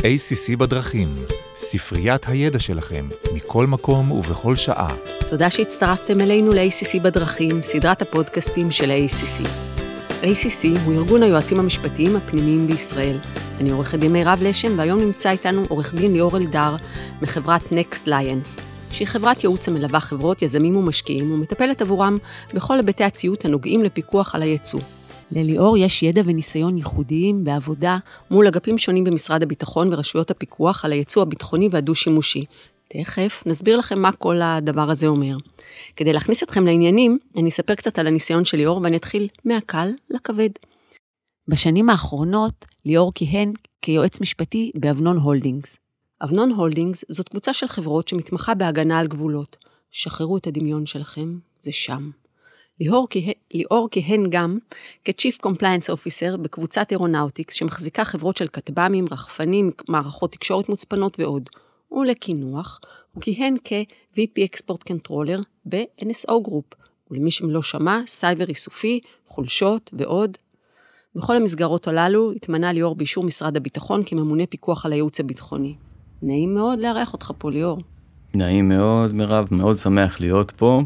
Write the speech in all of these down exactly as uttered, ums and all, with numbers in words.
איי סי סי בדרכים, ספריית הידע שלכם, מכל מקום ובכל שעה. תודה שהצטרפתם אלינו ל-איי סי סי בדרכים, סדרת הפודקאסטים של ה-איי סי סי. איי סי סי הוא ארגון היועצים המשפטיים הפנימיים בישראל. אני עורכת דין מירב לשם, והיום נמצא איתנו עורך דין ליאור אלדר מחברת Next Lions, שהיא חברת ייעוץ המלווה חברות, יזמים ומשקיעים, ומטפלת עבורם בכל היבטי הציות הנוגעים לפיקוח על הייצוא. לליאור יש ידע וניסיון ייחודיים בעבודה מול אגפים שונים במשרד הביטחון ורשויות הפיקוח על הייצוא הביטחוני והדו-שימושי. תכף נסביר לכם מה כל הדבר הזה אומר. כדי להכניס אתכם לעניינים, אני אספר קצת על הניסיון של ליאור ואני אתחיל מהקל לכבד. בשנים האחרונות, ליאור כיהן כיועץ משפטי באבנון הולדינגס. אבנון הולדינגס זאת קבוצה של חברות שמתמחה בהגנה על גבולות. שחררו את הדמיון שלכם, זה שם. ליאור, ליאור כיהן גם כ-Chief Compliance Officer בקבוצת אירונאוטיקס שמחזיקה חברות של כטב"מים, רחפנים, מערכות תקשורת מוצפנות ועוד. ולכינוח, הוא כיהן כ-וי פי Export Controller ב-אן אס או Group, ולמי שלא שמע, סייבר איסופי, חולשות ועוד. בכל המסגרות הללו התמנה ליאור באישור משרד הביטחון כממונה פיקוח על הייעוץ הביטחוני. נעים מאוד לארח אותך פה, ליאור. נעים מאוד, מירב, מאוד שמח להיות פה.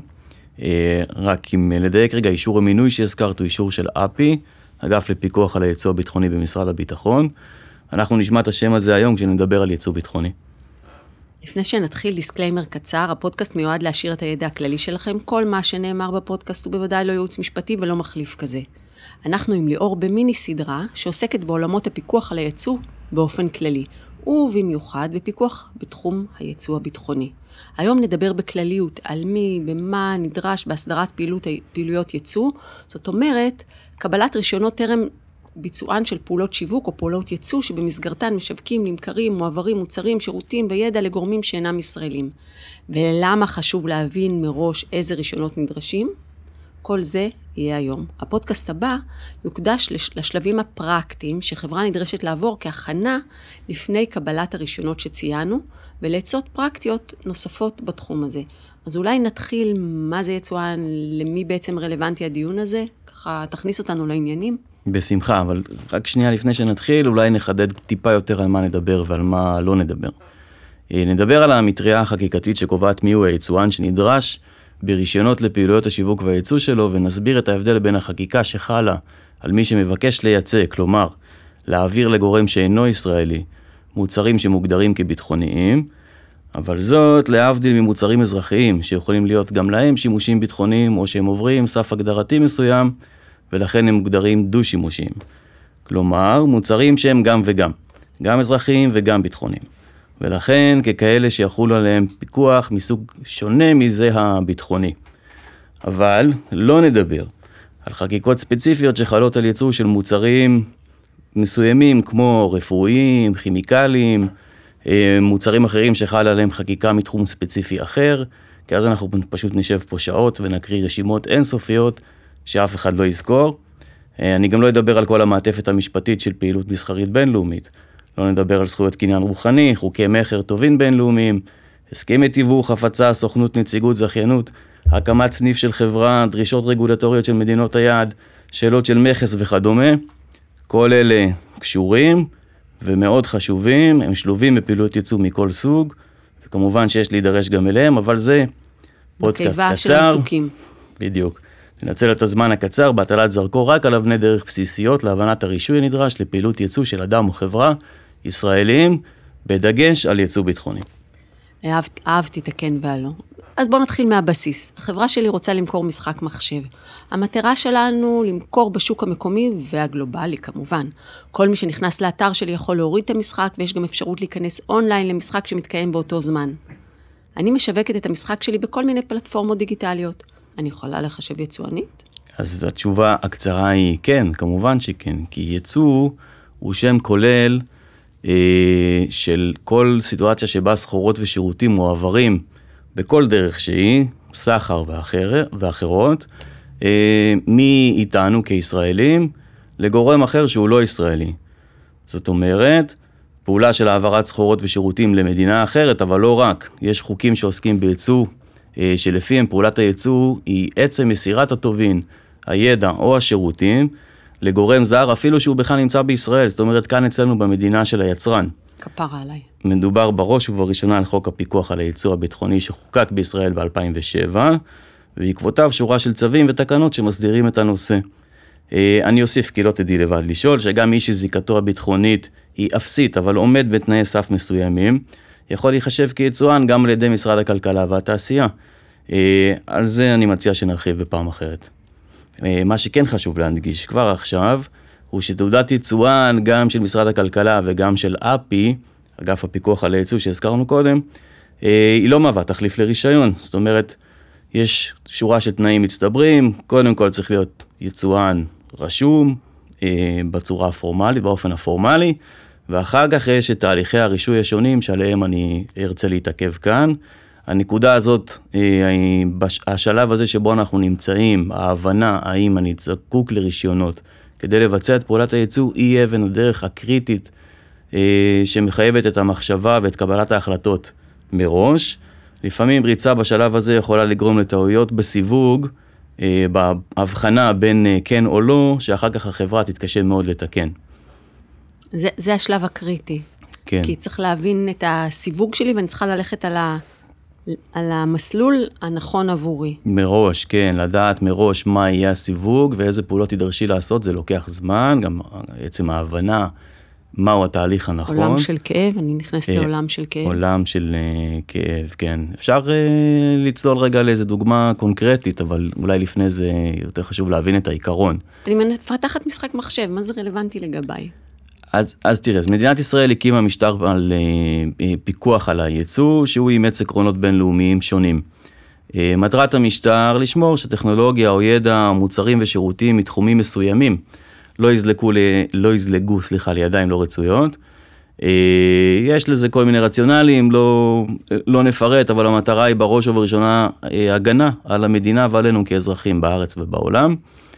רק אם לדייק רגע, אישור המינוי שהזכרת הוא אישור של אפי, אגף לפיקוח על הייצוא הביטחוני במשרד הביטחון. אנחנו נשמע את השם הזה היום כשנדבר על ייצוא ביטחוני. לפני שנתחיל, דיסקליימר קצר, הפודקאסט מיועד להשאיר את הידע הכללי שלכם. כל מה שנאמר בפודקאסט הוא בוודאי לא ייעוץ משפטי ולא מחליף כזה. אנחנו עם ליאור במיני סדרה שעוסקת בעולמות הפיקוח על הייצוא באופן כללי, ובמיוחד בפיקוח בתחום הייצוא הביטחוני. היום נדבר בכלליות על מי, במה נדרש בהסדרת פעילות, פעילויות ייצוא, זאת אומרת, קבלת רישיונות טרם ביצוען של פעולות שיווק או פעולות ייצוא שבמסגרתן משווקים, נמכרים, מועברים, מוצרים, שירותים וידע לגורמים שאינם ישראלים. ולמה חשוב להבין מראש איזה רישיונות נדרשים? כל זה יהיה היום. הפודקאסט הבא יוקדש לשלבים הפרקטיים שחברה נדרשת לעבור כהכנה לפני קבלת הרישיונות שציינו, ולעצות פרקטיות נוספות בתחום הזה. אז אולי נתחיל מה זה יצואן, למי בעצם רלוונטי הדיון הזה, ככה תכניס אותנו לעניינים. בשמחה, אבל רק שנייה לפני שנתחיל, אולי נחדד טיפה יותר על מה נדבר ועל מה לא נדבר. נדבר על המטריה החקיקתית שקובעת מיהו היצואן שנדרש, ברישיונות לפעילויות השיווק והייצוא שלו, ונסביר את ההבדל בין החקיקה שחלה על מי שמבקש לייצא, כלומר, להעביר לגורם שאינו ישראלי, מוצרים שמוגדרים כביטחוניים, אבל זאת להבדיל ממוצרים אזרחיים, שיכולים להיות גם להם שימושים ביטחוניים, או שהם עוברים סף הגדרתי מסוים, ולכן הם מוגדרים דו-שימושיים. כלומר, מוצרים שהם גם וגם, גם אזרחיים וגם ביטחוניים. ולכן ככאלה שיחולו עליהם פיקוח מסוג שונה מזה הביטחוני. אבל לא נדבר על חקיקות ספציפיות שחלות על ייצוא של מוצרים מסוימים כמו רפואיים, כימיקלים, מוצרים אחרים שחל עליהם חקיקה מתחום ספציפי אחר, כי אז אנחנו פשוט נשב פה שעות ונקריא רשימות אינסופיות שאף אחד לא יזכור. אני גם לא אדבר על כל המעטפת המשפטית של פעילות מסחרית בינלאומית. לא נדבר על זכויות קניין רוחני, חוקי מחר, טובין בינלאומיים, הסכמי תיווך, הפצה, סוכנות, נציגות, זכיינות, הקמת סניף של חברה, דרישות רגולטוריות של מדינות היעד, שאלות של מכס וכדומה. כל אלה קשורים ומאוד חשובים, הם שלובים בפעילות ייצוא מכל סוג, וכמובן שיש להידרש גם אליהם, אבל זה פודקאסט קצר. בדיוק. ננצל את הזמן הקצר בהטלת זרקור רק על אבני דרך בסיסיות להבנת הרישוי הנדרש לפעילות ייצוא של אדם או חברה ישראלים, בדגש על ייצוא ביטחוני. אהבת, אהבתי את הכן והלא. אז בואו נתחיל מהבסיס. החברה שלי רוצה למכור משחק מחשב. המטרה שלנו למכור בשוק המקומי והגלובלי כמובן. כל מי שנכנס לאתר שלי יכול להוריד את המשחק, ויש גם אפשרות להיכנס אונליין למשחק שמתקיים באותו זמן. אני משווקת את המשחק שלי בכל מיני פלטפורמות דיגיטליות. אני יכולה לחשב יצואנית? אז התשובה הקצרה היא כן, כמובן שכן, כי ייצוא הוא שם כולל אה, של כל סיטואציה שבה סחורות ושירותים מועברים בכל דרך שהיא, סחר ואחר, ואחרות, אה, מאיתנו כישראלים לגורם אחר שהוא לא ישראלי. זאת אומרת, פעולה של העברת סחורות ושירותים למדינה אחרת, אבל לא רק. יש חוקים שעוסקים בייצוא, שלפיהם פעולת הייצוא היא עצם מסירת הטובין, הידע או השירותים לגורם זר, אפילו שהוא בכלל נמצא בישראל, זאת אומרת כאן אצלנו במדינה של היצרן. כפרה עליי. מדובר בראש ובראשונה על חוק הפיקוח על הייצוא הביטחוני שחוקק בישראל ב-אלפיים ושבע, ובעקבותיו שורה של צווים ותקנות שמסדירים את הנושא. אני אוסיף, כי לא תדעי לבד לשאול, שגם מי שזיקתו הביטחונית היא אפסית, אבל עומד בתנאי סף מסוימים, יכול להיחשב כיצואן גם על ידי משרד הכלכלה והתעשייה. על זה אני מציע שנרחיב בפעם אחרת. מה שכן חשוב להנגיש כבר עכשיו, הוא שתעודת יצואן גם של משרד הכלכלה וגם של אפי, אגף הפיקוח על הייצוא שהזכרנו קודם, היא לא מהווה תחליף לרישיון. זאת אומרת, יש שורה של תנאים מצטברים, קודם כל צריך להיות יצואן רשום, בצורה הפורמלית, באופן הפורמלי, ואחר כך יש את תהליכי הרישוי השונים שעליהם אני ארצה להתעכב כאן. הנקודה הזאת, השלב הזה שבו אנחנו נמצאים, ההבנה האם אני זקוק לרישיונות כדי לבצע את פעולת הייצוא, היא אבן הדרך הקריטית שמחייבת את המחשבה ואת קבלת ההחלטות מראש. לפעמים ריצה בשלב הזה יכולה לגרום לטעויות בסיווג, בהבחנה בין כן או לא, שאחר כך החברה תתקשה מאוד לתקן. זה, זה השלב הקריטי. כן. כי צריך להבין את הסיווג שלי, ואני צריכה ללכת על, ה, על המסלול הנכון עבורי. מראש, כן, לדעת מראש מה יהיה הסיווג, ואיזה פעולות תדרשי לעשות, זה לוקח זמן, גם עצם ההבנה, מהו התהליך הנכון. עולם של כאב, אני נכנסת לעולם של כאב. עולם של כאב, כן. אפשר לצלול רגע לאיזו דוגמה קונקרטית, אבל אולי לפני זה יותר חשוב להבין את העיקרון. אני מפתחת משחק מחשב, מה זה רלוונטי לגביי? אז, אז תראה, אז מדינת ישראל הקימה משטר על פיקוח על הייצוא, שהוא אימץ עקרונות בינלאומיים שונים. מטרת המשטר לשמור שטכנולוגיה או ידע, מוצרים ושירותים מתחומים מסוימים, לא יזלגו, לא יזלגו, סליחה, לידיים לא רצויות. יש לזה כל מיני רציונלים, לא, לא נפרט, אבל המטרה היא בראש ובראשונה הגנה על המדינה ועלינו כאזרחים בארץ ובעולם.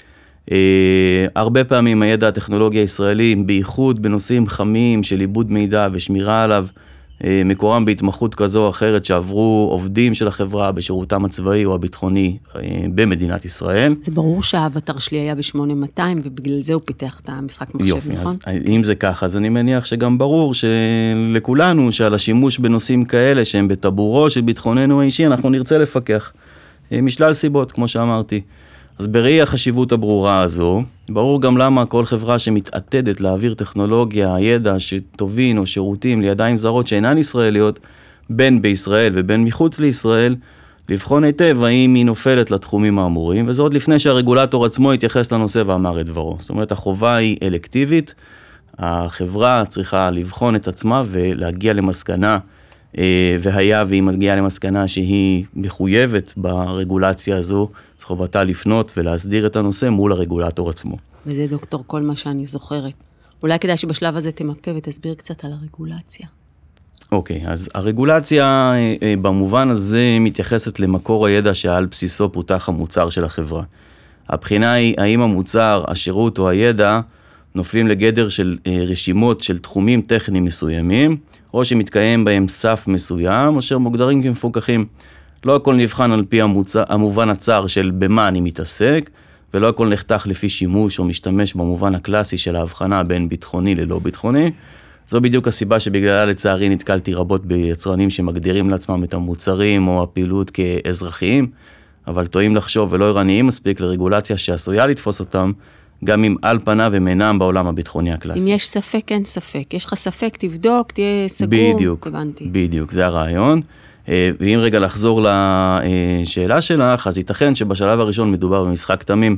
הרבה פעמים הידע הטכנולוגי הישראלי, בייחוד בנושאים חמים של עיבוד מידע ושמירה עליו, מקורם בהתמחות כזו או אחרת שעברו עובדים של החברה בשירותם הצבאי או הביטחוני במדינת ישראל. זה ברור שהאבטר שלי היה ב-שמונה מאתיים ובגלל זה הוא פיתח את המשחק מחשב, יופי, נכון? אז אם זה ככה, אז אני מניח שגם ברור שלכולנו שעל השימוש בנושאים כאלה שהם בטבורו של ביטחוננו האישי, אנחנו נרצה לפקח משלל סיבות, כמו שאמרתי. אז בראי החשיבות הברורה הזו, ברור גם למה כל חברה שמתעתדת להעביר טכנולוגיה, ידע שטובין או שירותים לידיים זרות שאינן ישראליות, בין בישראל ובין מחוץ לישראל, לבחון היטב האם היא נופלת לתחומים האמורים, וזה עוד לפני שהרגולטור עצמו התייחס לנושא ואמר את דברו. זאת אומרת, החובה היא אלקטיבית, החברה צריכה לבחון את עצמה ולהגיע למסקנה, והיה והיא מגיעה למסקנה שהיא מחויבת ברגולציה הזו, אז חובתה לפנות ולהסדיר את הנושא מול הרגולטור עצמו. וזה דוקטור כל מה שאני זוכרת. אולי כדאי שבשלב הזה תמפה ותסביר קצת על הרגולציה. אוקיי, אז הרגולציה במובן הזה מתייחסת למקור הידע שעל בסיסו פותח המוצר של החברה. הבחינה היא האם המוצר, השירות או הידע נופלים לגדר של רשימות של תחומים טכניים מסוימים, או שמתקיים בהם סף מסוים, אשר מוגדרים כמפוקחים. לא הכל נבחן על פי המוצא, המובן הצר של במה אני מתעסק, ולא הכל נחתך לפי שימוש או משתמש במובן הקלאסי של ההבחנה בין ביטחוני ללא ביטחוני. זו בדיוק הסיבה שבגללה לצערי נתקלתי רבות ביצרנים שמגדירים לעצמם את המוצרים או הפעילות כאזרחיים, אבל טועים לחשוב ולא ערניים מספיק לרגולציה שעשויה לתפוס אותם, גם אם על פניו הם אינם בעולם הביטחוני הקלאסי. אם יש ספק, אין ספק. יש לך ספק, תבדוק, תהיה סגור. בדיוק, הבנתי. בדיוק, זה הרעיון. ואם רגע לחזור לשאלה שלך, אז ייתכן שבשלב הראשון מדובר במשחק תמים.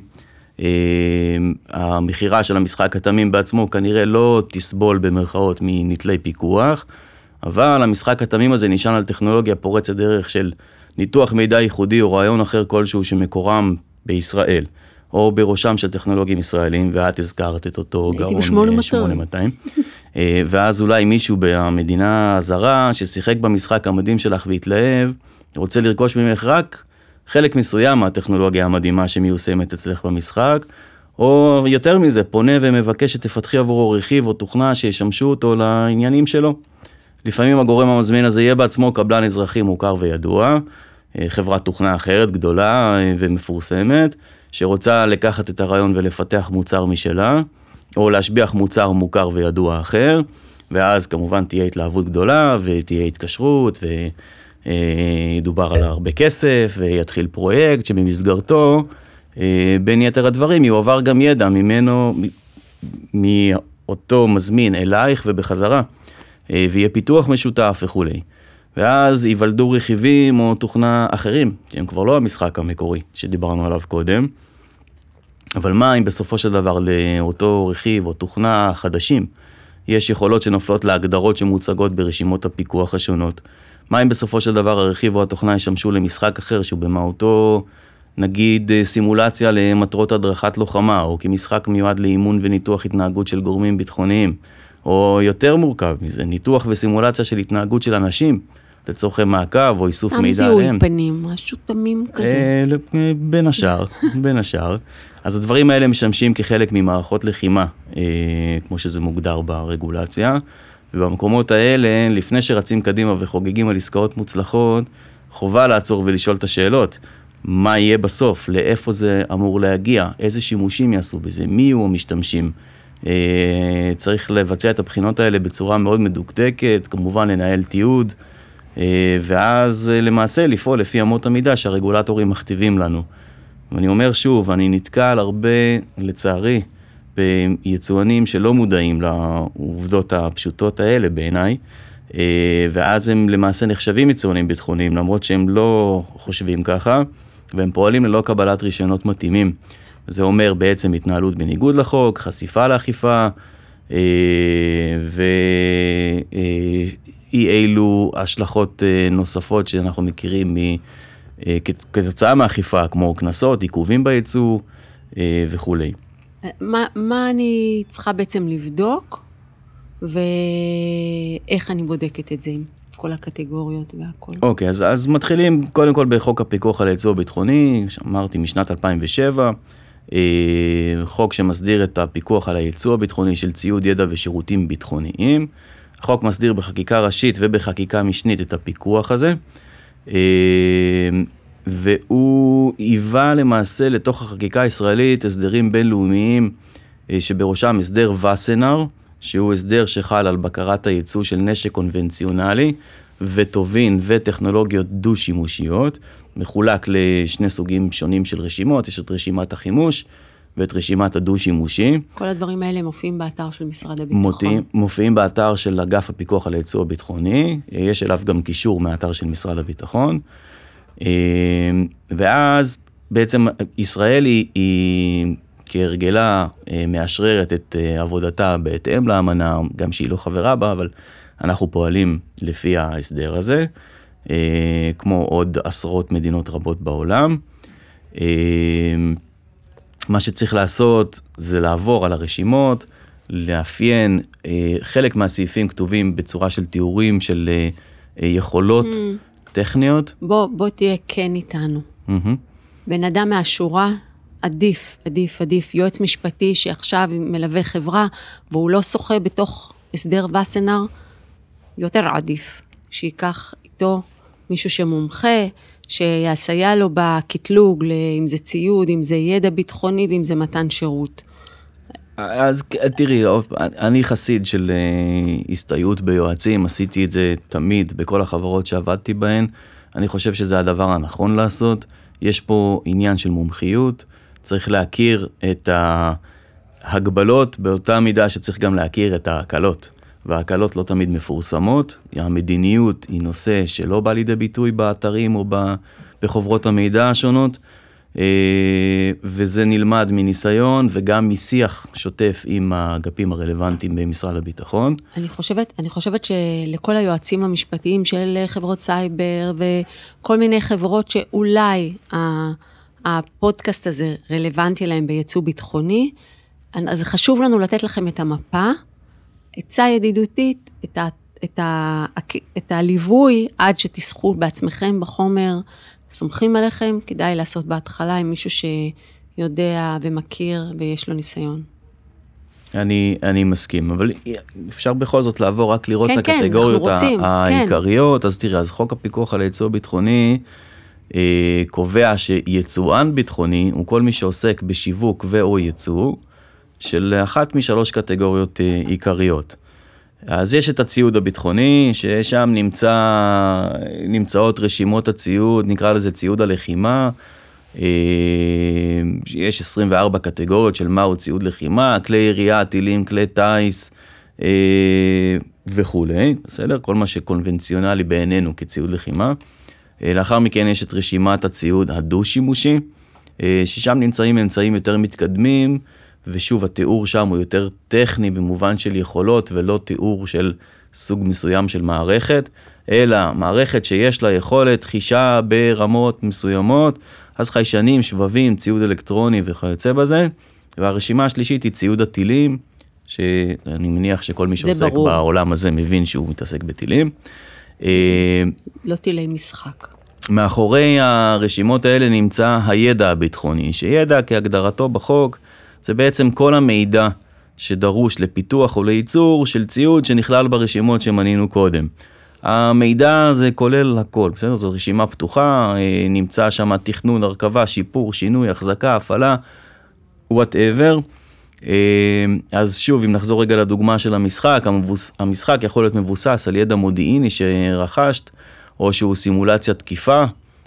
המחירה של המשחק התמים בעצמו כנראה לא תסבול במרכאות מנטלי פיקוח, אבל המשחק התמים הזה נשען על טכנולוגיה פורצת דרך של ניתוח מידע ייחודי או רעיון אחר כלשהו שמקורם בישראל, או בראשם של טכנולוגים ישראלים, ואת הזכרת את אותו גאון שמונה מאתיים. ואז אולי מישהו במדינה הזרה ששיחק במשחק המדהים שלך והתלהב, רוצה לרכוש ממך רק חלק מסוים מהטכנולוגיה המדהימה שמיושמת אצלך במשחק, או יותר מזה, פונה ומבקש שתפתחי עבורו רכיב או תוכנה שישמשו אותו לעניינים שלו. לפעמים הגורם המזמין הזה יהיה בעצמו קבלן אזרחי מוכר וידוע, חברת תוכנה אחרת גדולה ומפורסמת, שרוצה לקחת את הרעיון ולפתח מוצר משלה, או להשביח מוצר מוכר וידוע אחר, ואז כמובן תהיה התלהבות גדולה, ותהיה התקשרות, וידובר על הרבה כסף, ויתחיל פרויקט שבמסגרתו, בין יתר הדברים, יועבר גם ידע ממנו, מאותו מזמין אלייך ובחזרה, ויהיה פיתוח משותף וכו'. ואז ייוולדו רכיבים או תוכנה אחרים, שהם כבר לא המשחק המקורי שדיברנו עליו קודם, אבל מה אם בסופו של דבר לאותו רכיב או תוכנה חדשים, יש יכולות שנופלות להגדרות שמוצגות ברשימות הפיקוח השונות. מה אם בסופו של דבר הרכיב או התוכנה ישמשו למשחק אחר, שהוא במהותו, נגיד, סימולציה למטרות הדרכת לוחמה, או כמשחק מיועד לאימון וניתוח התנהגות של גורמים ביטחוניים, או יותר מורכב מזה, ניתוח וסימולציה של התנהגות של אנשים, לצורכי מעקב או איסוף מידע עליהם. סתם זיהוי פנים, משהו תמים כזה. בין השאר, בין השאר. אז הדברים האלה משמשים כחלק ממערכות לחימה, כמו שזה מוגדר ברגולציה, ובמקומות האלה, לפני שרצים קדימה וחוגגים על עסקאות מוצלחות, חובה לעצור ולשאול את השאלות. מה יהיה בסוף? לאיפה זה אמור להגיע? איזה שימושים יעשו בזה? מי יהיו המשתמשים? צריך לבצע את הבחינות האלה בצורה מאוד מדוקדקת, כמובן לנהל תיעוד, ואז למעשה לפעול לפי אמות המידה שהרגולטורים מכתיבים לנו. ואני אומר שוב, אני נתקל הרבה, לצערי, ביצואנים שלא מודעים לעובדות הפשוטות האלה בעיניי, ואז הם למעשה נחשבים יצואנים ביטחוניים, למרות שהם לא חושבים ככה, והם פועלים ללא קבלת רישיונות מתאימים. זה אומר בעצם התנהלות בניגוד לחוק, חשיפה לאכיפה, ואי אילו השלכות נוספות שאנחנו מכירים כתוצאה מאכיפה, כמו כנסות, עיכובים בייצוא וכו'. מה, מה אני צריכה בעצם לבדוק, ואיך אני בודקת את זה עם כל הקטגוריות והכל? אוקיי, אז, אז מתחילים קודם כל בחוק הפיקוח על הייצוא הביטחוני, שאמרתי משנת אלפיים ושבע, חוק שמסדיר את הפיקוח על הייצוא הביטחוני של ציוד ידע ושירותים ביטחוניים. החוק מסדיר בחקיקה ראשית ובחקיקה משנית את הפיקוח הזה, והוא היווה למעשה לתוך החקיקה הישראלית הסדרים בינלאומיים, שבראשם הסדר וסנר, שהוא הסדר שחל על בקרת הייצוא של נשק קונבנציונלי, וטובין וטכנולוגיות דו-שימושיות, מחולק לשני סוגים שונים של רשימות, יש את רשימת החימוש ואת רשימת הדו-שימושי. כל הדברים האלה מופיעים באתר של משרד הביטחון. מופיעים, מופיעים באתר של אגף הפיקוח על הייצוא הביטחוני, יש אליו גם קישור מאתר של משרד הביטחון, ואז בעצם ישראל היא, היא כהרגלה מאשררת את עבודתה בהתאם לאמנה, גם שהיא לא חברה בה, אבל אנחנו פועלים לפי ההסדר הזה, כמו עוד עשרות מדינות רבות בעולם. מה שצריך לעשות זה לעבור על הרשימות, לאפיין, חלק מהסעיפים כתובים בצורה של תיאורים של יכולות mm. טכניות. בוא, בוא תהיה כן איתנו. Mm-hmm. בן אדם מהשורה, עדיף, עדיף, עדיף, יועץ משפטי שעכשיו מלווה חברה, והוא לא שוחה בתוך הסדר וסנר, יותר עדיף, שיקח איתו מישהו שמומחה, שיסייע לו בקטלוג, אם זה ציוד, אם זה ידע ביטחוני, ואם זה מתן שירות. אז תראי, אני חסיד של הסתייעות ביועצים, עשיתי את זה תמיד בכל החברות שעבדתי בהן, אני חושב שזה הדבר הנכון לעשות, יש פה עניין של מומחיות, צריך להכיר את ההגבלות באותה מידה שצריך גם להכיר את ההקלות. וההקלות לא תמיד מפורסמות, המדיניות היא נושא שלא בא לידי ביטוי באתרים או בחוברות המידע השונות, וזה נלמד מניסיון וגם משיח שוטף עם האגפים הרלוונטיים במשרד הביטחון. אני חושבת, אני חושבת שלכל היועצים המשפטיים של חברות סייבר וכל מיני חברות שאולי הפודקאסט הזה רלוונטי להם בייצוא ביטחוני, אז חשוב לנו לתת לכם את המפה, עצה ידידותית, את, ה, את, ה, את הליווי עד שתסחו בעצמכם בחומר, סומכים עליכם, כדאי לעשות בהתחלה עם מישהו שיודע ומכיר ויש לו ניסיון. אני, אני מסכים, אבל אפשר בכל זאת לעבור רק לראות כן, את הקטגוריות כן, רוצים, העיקריות, כן. אז תראה, אז חוק הפיקוח על הייצוא הביטחוני, אה, קובע שיצואן ביטחוני הוא כל מי שעוסק בשיווק ואו ייצוא, של אחת משלוש קטגוריות עיקריות. אז יש את הציוד הביטחוני, ששם נמצא, נמצאות רשימות הציוד, נקרא לזה ציוד הלחימה, יש עשרים וארבע קטגוריות של מהו ציוד לחימה, כלי ירייה, טילים, כלי טייס וכו'. בסדר? כל מה שקונבנציונלי בעינינו כציוד לחימה. לאחר מכן יש את רשימת הציוד הדו-שימושי, ששם נמצאים אמצעים יותר מתקדמים, ושוב התיאור שם הוא יותר טכני במובן של יכולות, ולא תיאור של סוג מסוים של מערכת, אלא מערכת שיש לה יכולת חישה ברמות מסוימות, אז חיישנים, שבבים, ציוד אלקטרוני וכיוצא בזה. והרשימה השלישית היא ציוד הטילים, שאני מניח שכל מי שעוסק בעולם הזה מבין שהוא מתעסק בטילים. לא טילי משחק. מאחורי הרשימות האלה נמצא הידע הביטחוני, שידע כהגדרתו בחוק, זה בעצם כל המידע שדרוש לפיתוח או לייצור של ציוד שנכלל ברשימות שמנינו קודם. המידע הזה כולל הכל, בסדר? זו רשימה פתוחה, נמצא שם תכנון, הרכבה, שיפור, שינוי, החזקה, הפעלה, whatever. אז שוב, אם נחזור רגע לדוגמה של המשחק, המשחק יכול להיות מבוסס על ידע מודיעיני שרכשת, או שהוא סימולציה תקיפה,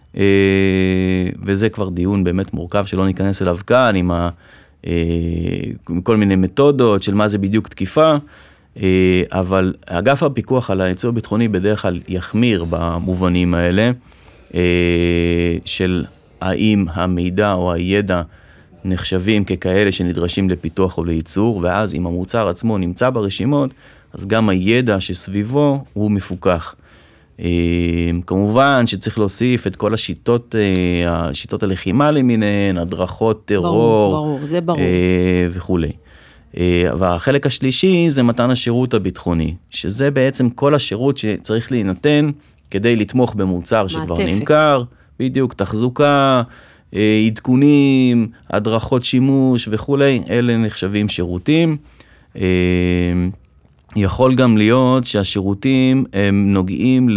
וזה כבר דיון באמת מורכב שלא ניכנס אליו כאן, עם ה... כל מיני מתודות של מה זה בדיוק תקיפה, אבל אגף הפיקוח על הייצור הביטחוני בדרך כלל יחמיר במובנים האלה, של האם המידע או הידע נחשבים ככאלה שנדרשים לפיתוח או לייצור, ואז אם המוצר עצמו נמצא ברשימות, אז גם הידע שסביבו הוא מפוקח. כמובן שצריך להוסיף את כל השיטות, השיטות הלחימה למיניהן, הדרכות טרור, ברור, ברור, זה ברור. וכו'. והחלק השלישי זה מתן השירות הביטחוני, שזה בעצם כל השירות שצריך להינתן כדי לתמוך במוצר שכבר נמכר, בדיוק, תחזוקה, עדכונים, הדרכות שימוש וכו', אלה נחשבים שירותים. יכול גם להיות שהשירותים הם נוגעים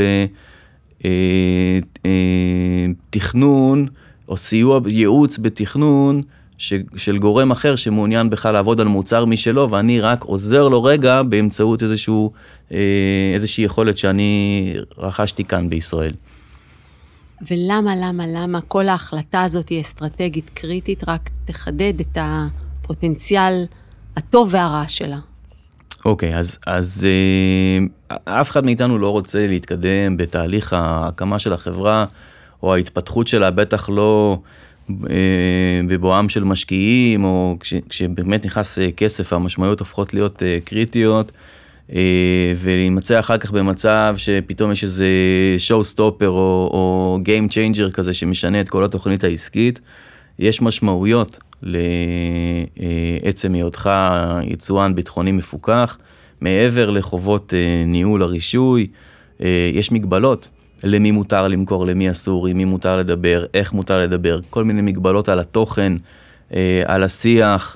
לתכנון או סיוע, ייעוץ בתכנון של גורם אחר שמעוניין בכלל לעבוד על מוצר משלו, ואני רק עוזר לו רגע באמצעות איזשהו, איזושהי יכולת שאני רכשתי כאן בישראל. ולמה, למה, למה כל ההחלטה הזאת היא אסטרטגית קריטית, רק תחדד את הפוטנציאל הטוב והרע שלה. אוקיי, אז, אז אה, אף אחד מאיתנו לא רוצה להתקדם בתהליך ההקמה של החברה, או ההתפתחות שלה, בטח לא אה, בבואם של משקיעים, או כש, כשבאמת נכנס כסף, המשמעויות הופכות להיות אה, קריטיות, אה, ולהימצא אחר כך במצב שפתאום יש איזה show stopper, או, או game changer כזה, שמשנה את כל התוכנית העסקית. יש משמעויות לעצם היותך יצואן ביטחוני מפוקח, מעבר לחובות ניהול הרישוי, יש מגבלות למי מותר למכור, למי אסור, עם מי מותר לדבר, איך מותר לדבר, כל מיני מגבלות על התוכן, על השיח,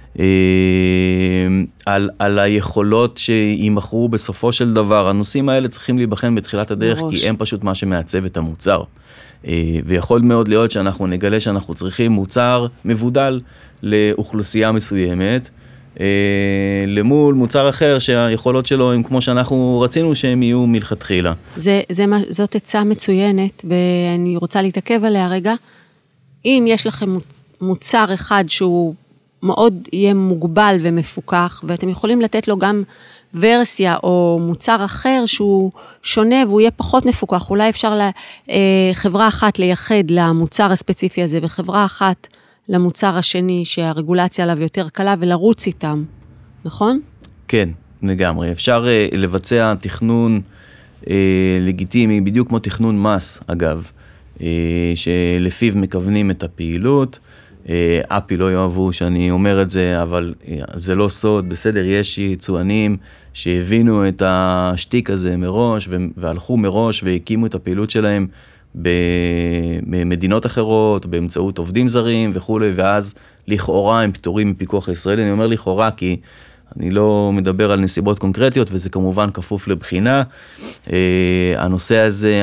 על, על היכולות שימכרו בסופו של דבר. הנושאים האלה צריכים להיבחן בתחילת הדרך, בראש. כי הם פשוט מה שמעצב את המוצר. ויכול מאוד להיות שאנחנו נגלה שאנחנו צריכים מוצר מבודל לאוכלוסייה מסוימת, למול מוצר אחר שהיכולות שלו הם כמו שאנחנו רצינו שהם יהיו מלכתחילה. זה, זה, זאת עצה מצוינת, ואני רוצה להתעכב עליה רגע. אם יש לכם מוצר אחד שהוא מאוד יהיה מוגבל ומפוקח, ואתם יכולים לתת לו גם ורסיה או מוצר אחר שהוא שונה והוא יהיה פחות מפוקח, אולי אפשר לחברה אחת לייחד למוצר הספציפי הזה, וחברה אחת למוצר השני שהרגולציה עליו יותר קלה ולרוץ איתם, נכון? כן, לגמרי. אפשר לבצע תכנון לגיטימי, בדיוק כמו תכנון מס, אגב, שלפיו מכוונים את הפעילות. אפי לא יאהבו שאני אומר את זה, אבל זה לא סוד, בסדר, יש יצואנים שהבינו את השטיק הזה מראש, והלכו מראש והקימו את הפעילות שלהם במדינות אחרות, באמצעות עובדים זרים וכו', ואז לכאורה הם פטורים מפיקוח הישראלי. אני אומר לכאורה כי אני לא מדבר על נסיבות קונקרטיות, וזה כמובן כפוף לבחינה. הנושא הזה,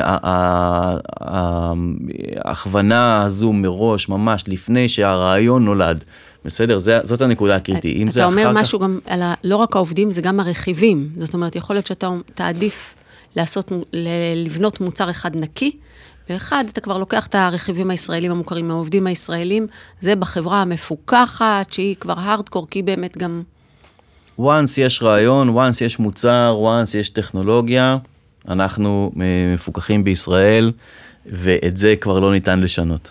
ההכוונה הזו מראש, ממש לפני שהרעיון נולד, בסדר? זה, זאת הנקודה הקריטית. אם זה אתה אומר אחר משהו כך... גם על ה... לא רק העובדים, זה גם הרכיבים. זאת אומרת, יכול להיות שאתה תעדיף לעשות, לבנות מוצר אחד נקי, ואחד, אתה כבר לוקח את הרכיבים הישראלים המוכרים, העובדים הישראלים, זה בחברה המפוקחת, שהיא כבר הארדקור, כי באמת גם... once יש רעיון, once יש מוצר, once יש טכנולוגיה, אנחנו מפוקחים בישראל, ואת זה כבר לא ניתן לשנות.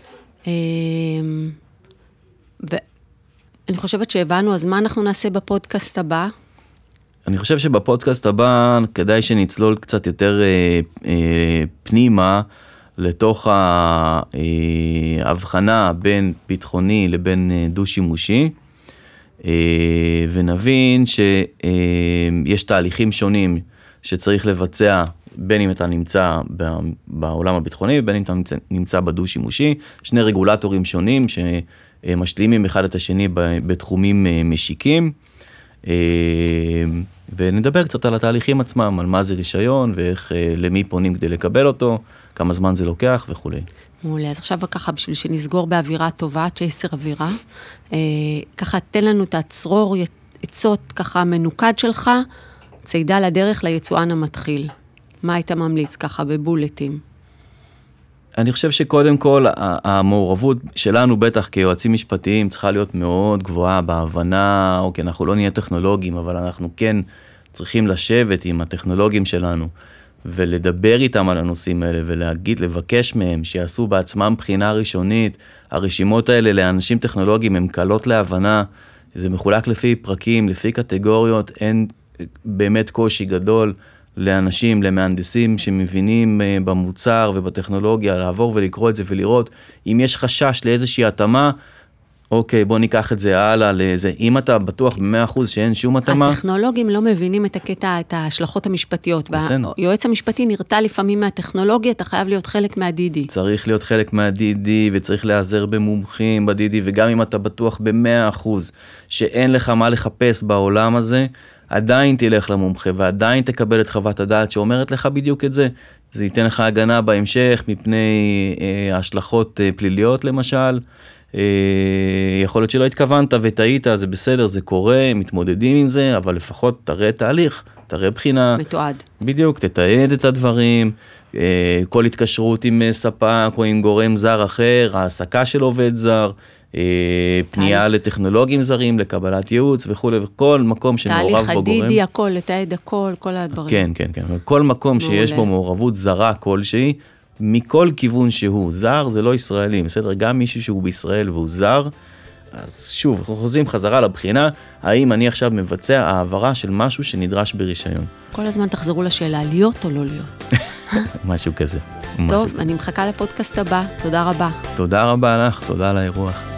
ואני חושבת שהבנו, אז מה אנחנו נעשה בפודקאסט הבא? אני חושב שבפודקאסט הבא, כדאי שנצלול קצת יותר אה, אה, פנימה, לתוך ההבחנה בין ביטחוני לבין דו-שימושי, אה, ונבין שיש תהליכים שונים שצריך לבצע, בין אם אתה נמצא בעולם הביטחוני, ובין אם אתה נמצא, נמצא בדו-שימושי, שני רגולטורים שונים שמשלימים אחד את השני בתחומים משיקים, ונדבר קצת על התהליכים עצמם, על מה זה רישיון, ואיך, למי פונים כדי לקבל אותו, כמה זמן זה לוקח וכו'. מעולה, אז עכשיו ככה, בשביל שנסגור באווירה טובה, צ'ייסר אווירה, ככה תן לנו את הצרור, עצות ככה מנוקד שלך, צעידה לדרך ליצואן המתחיל. מה היית ממליץ ככה בבולטים? אני חושב שקודם כל, המעורבות שלנו בטח כיועצים משפטיים צריכה להיות מאוד גבוהה בהבנה, אוקיי, אנחנו לא נהיה טכנולוגים, אבל אנחנו כן צריכים לשבת עם הטכנולוגים שלנו, ולדבר איתם על הנושאים האלה, ולהגיד, לבקש מהם, שיעשו בעצמם בחינה ראשונית. הרשימות האלה לאנשים טכנולוגיים הם קלות להבנה, זה מחולק לפי פרקים, לפי קטגוריות, אין באמת קושי גדול, לאנשים, למהנדסים שמבינים במוצר ובטכנולוגיה, לעבור ולקרוא את זה ולראות, אם יש חשש לאיזושהי התאמה, אוקיי, בוא ניקח את זה הלאה לזה. אם אתה בטוח ב-מאה אחוז שאין שום התאמה... הטכנולוגים לא מבינים את הקטע, את ההשלכות המשפטיות, והיועץ המשפטי נרתע לפעמים מהטכנולוגיה, אתה חייב להיות חלק מה-די די. צריך להיות חלק מה-די די, וצריך להיעזר במומחים ב-די די, וגם אם אתה בטוח ב-מאה אחוז שאין לך מה לחפש בעולם הזה, עדיין תלך למומחה, ועדיין תקבל את חוות הדעת שאומרת לך בדיוק את זה. זה ייתן לך הגנה בהמשך, מפני אה, השלכות אה, פליליות למשל. אה, יכול להיות שלא התכוונת וטעית, זה בסדר, זה קורה, מתמודדים עם זה, אבל לפחות תראה תהליך, תראה בחינה. מתועד. בדיוק, תתעד את הדברים, אה, כל התקשרות עם ספק או עם גורם זר אחר, העסקה של עובד זר, פנייה לטכנולוגים זרים, לקבלת ייעוץ וכו', וכל מקום שמעורב בו גורם. תהליך הדידי, הכל, לתעד הכל, כל הדברים. כן, כן, כן. כל מקום שיש בו מעורבות זרה כלשהי, מכל כיוון שהוא זר, זה לא ישראלי, בסדר? גם מישהו שהוא בישראל והוא זר, אז שוב, אנחנו חוזרים חזרה לבחינה, האם אני עכשיו מבצע העברה של משהו שנדרש ברישיון. כל הזמן תחזרו לשאלה, להיות או לא להיות? משהו כזה. טוב, אני מחכה לפודקאסט הבא, תודה רבה. תודה רבה לך, תודה על האירוח.